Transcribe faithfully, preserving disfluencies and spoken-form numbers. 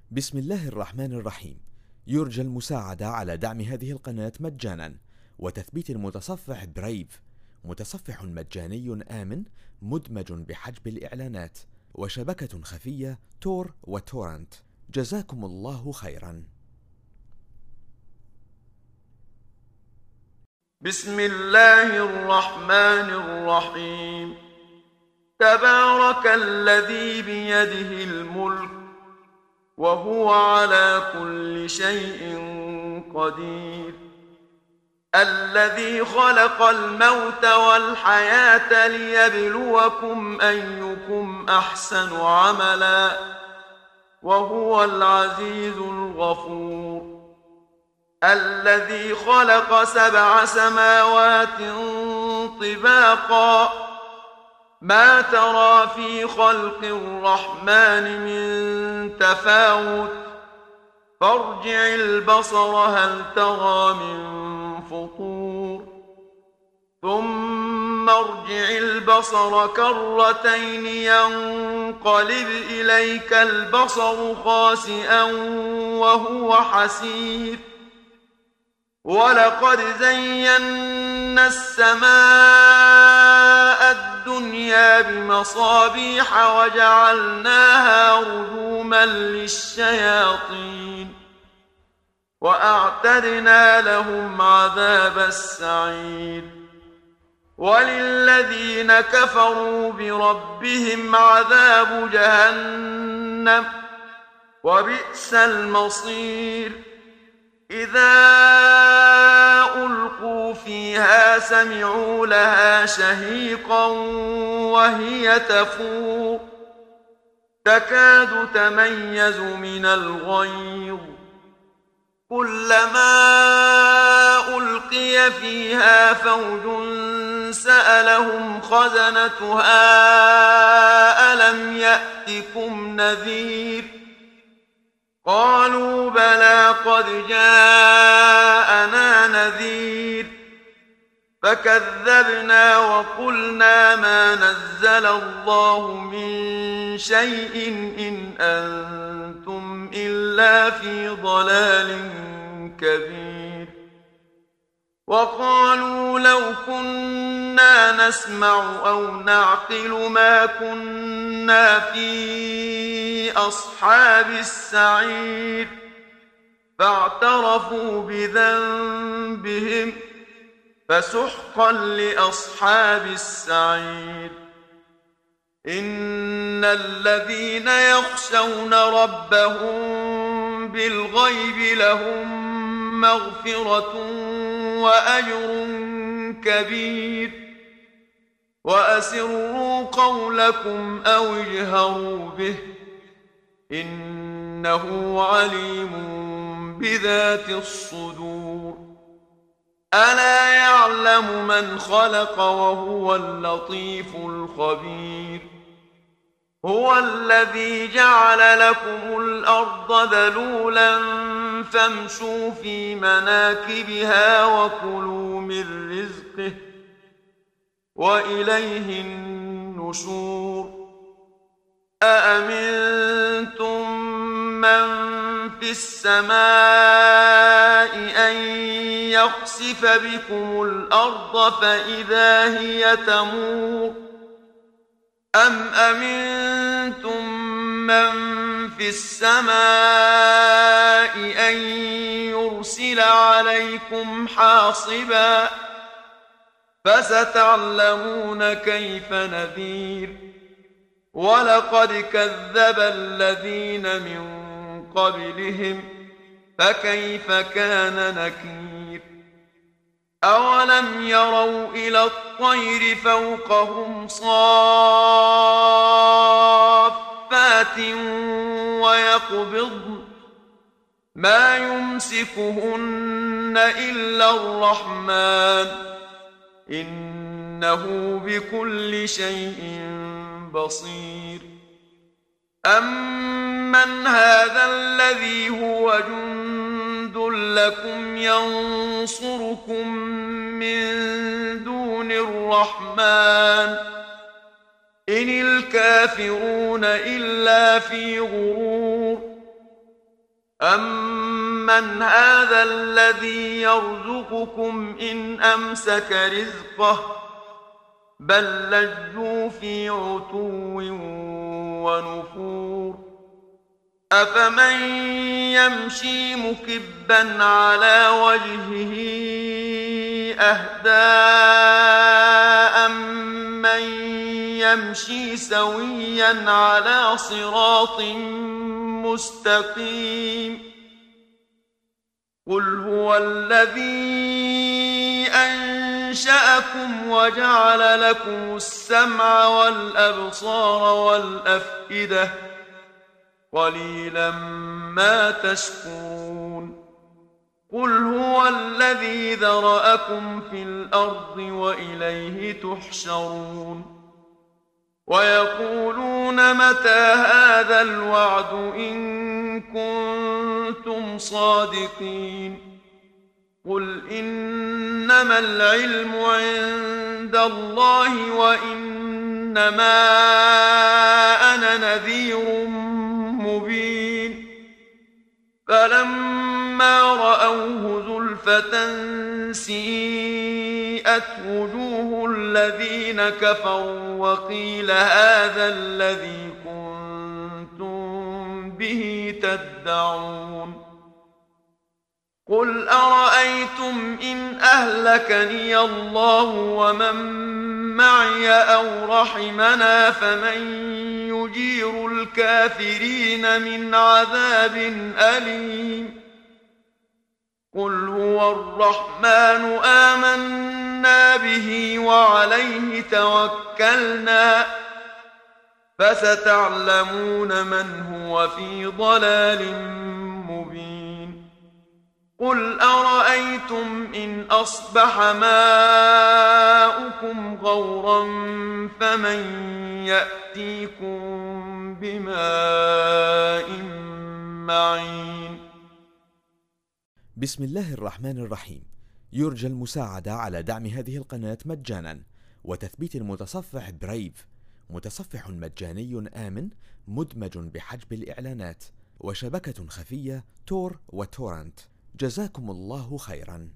بسم الله الرحمن الرحيم. يرجى المساعدة على دعم هذه القناة مجانا وتثبيت المتصفح برايف، متصفح مجاني آمن مدمج بحجب الإعلانات، وشبكة خفية تور وتورنت. جزاكم الله خيرا. بسم الله الرحمن الرحيم. تبارك الذي بيده الملك وهو على كل شيء قدير، الذي خلق الموت والحياة ليبلوكم أيكم أحسن عملا وهو العزيز الغفور، الذي خلق سبع سماوات طباقا ما ترى في خلق الرحمن من تفاوت فارجع البصر هل ترى من فطور ثم ارجع البصر كرتين ينقلب إليك البصر خاسئا وهو حسير، ولقد زينا السماء الدنيا بمصابيح وجعلناها رجوما للشياطين وأعتدنا لهم عذاب السعير، وللذين كفروا بربهم عذاب جهنم وبئس المصير. إذا ألقوا فيها سمعوا لها شهيقا وهي تفور تكاد تميز من الغيظ، كلما ألقي فيها فوج سألهم خزنتها ألم يأتكم نذير، قالوا بلى قد جاءنا نذير فكذبنا وقلنا ما نزل الله من شيء إن أنتم إلا في ضلال كبير، وقالوا لو كنا نسمع أو نعقل ما كنا في أصحاب السعير، فاعترفوا بذنبهم فسحقا لأصحاب السعير. إن الذين يخشون ربهم بالغيب لهم مغفرة وأجر كبير، وأسروا قولكم أو اجهروا به إنه عليم بذات الصدور. ألا يعلم من خلق وهو اللطيف الخبير، هو الذي جعل لكم الأرض ذلولا فامشوا في مناكبها وكلوا من رزقه وإليه النشور. أأمنتم من في السماء أن يخسف بكم الأرض فإذا هي تمور، أم أمنتم من في السماء أن يرسل عليكم حاصبا فستعلمون كيف نذير. ولقد كذب الذين من قبلهم فكيف كان نكير. أولم يروا إلى الطير فوقهم صافات ويقبضن ما يمسكهن إلا الرحمن إنه بكل شيء بصير. أمن هذا الذي هو جند لكم ينصركم من دون الرحمن إن الكافرون إلا في غرور. أَمَّنْ هَذَا الَّذِي يَرْزُقُكُمْ إِنْ أَمْسَكَ رِزْقَهُ بَل لَّجُّوا فِي عُتُوٍّ وَنُفُورٍ أَفَمَن يَمْشِي مُكِبًّا عَلَى وَجْهِهِ أَهْدَىٰ أَمَّن يَمْشِي سَوِيًّا عَلَى صِرَاطٍ مستقيم قل هو الذي أنشأكم وجعل لكم السمع والأبصار والأفئدة قليلا ما تشكرون قل هو الذي ذرأكم في الأرض وإليه تحشرون ويقولون متى هذا الوعد إن كنتم صادقين قل إنما العلم عند الله وإنما أنا نذير مبين فلما رأوه زلفة سيئت وجوه الذين كفروا وقيل هذا الذي كنتم به تدعون قل أرأيتم إن أهلكني الله ومن معي أو رحمنا فمن يجير الكافرين من عذاب أليم قل هو الرحمن آمنا به وعليه توكلنا فستعلمون من هو في ضلال مبين قل أرأيتم إن أصبح ماؤكم غورا فمن يأتيكم بماء معين بسم الله الرحمن الرحيم. يرجى المساعدة على دعم هذه القناة مجانا وتثبيت المتصفح برايف، متصفح مجاني آمن مدمج بحجب الإعلانات، وشبكة خفية تور وتورنت. جزاكم الله خيرا.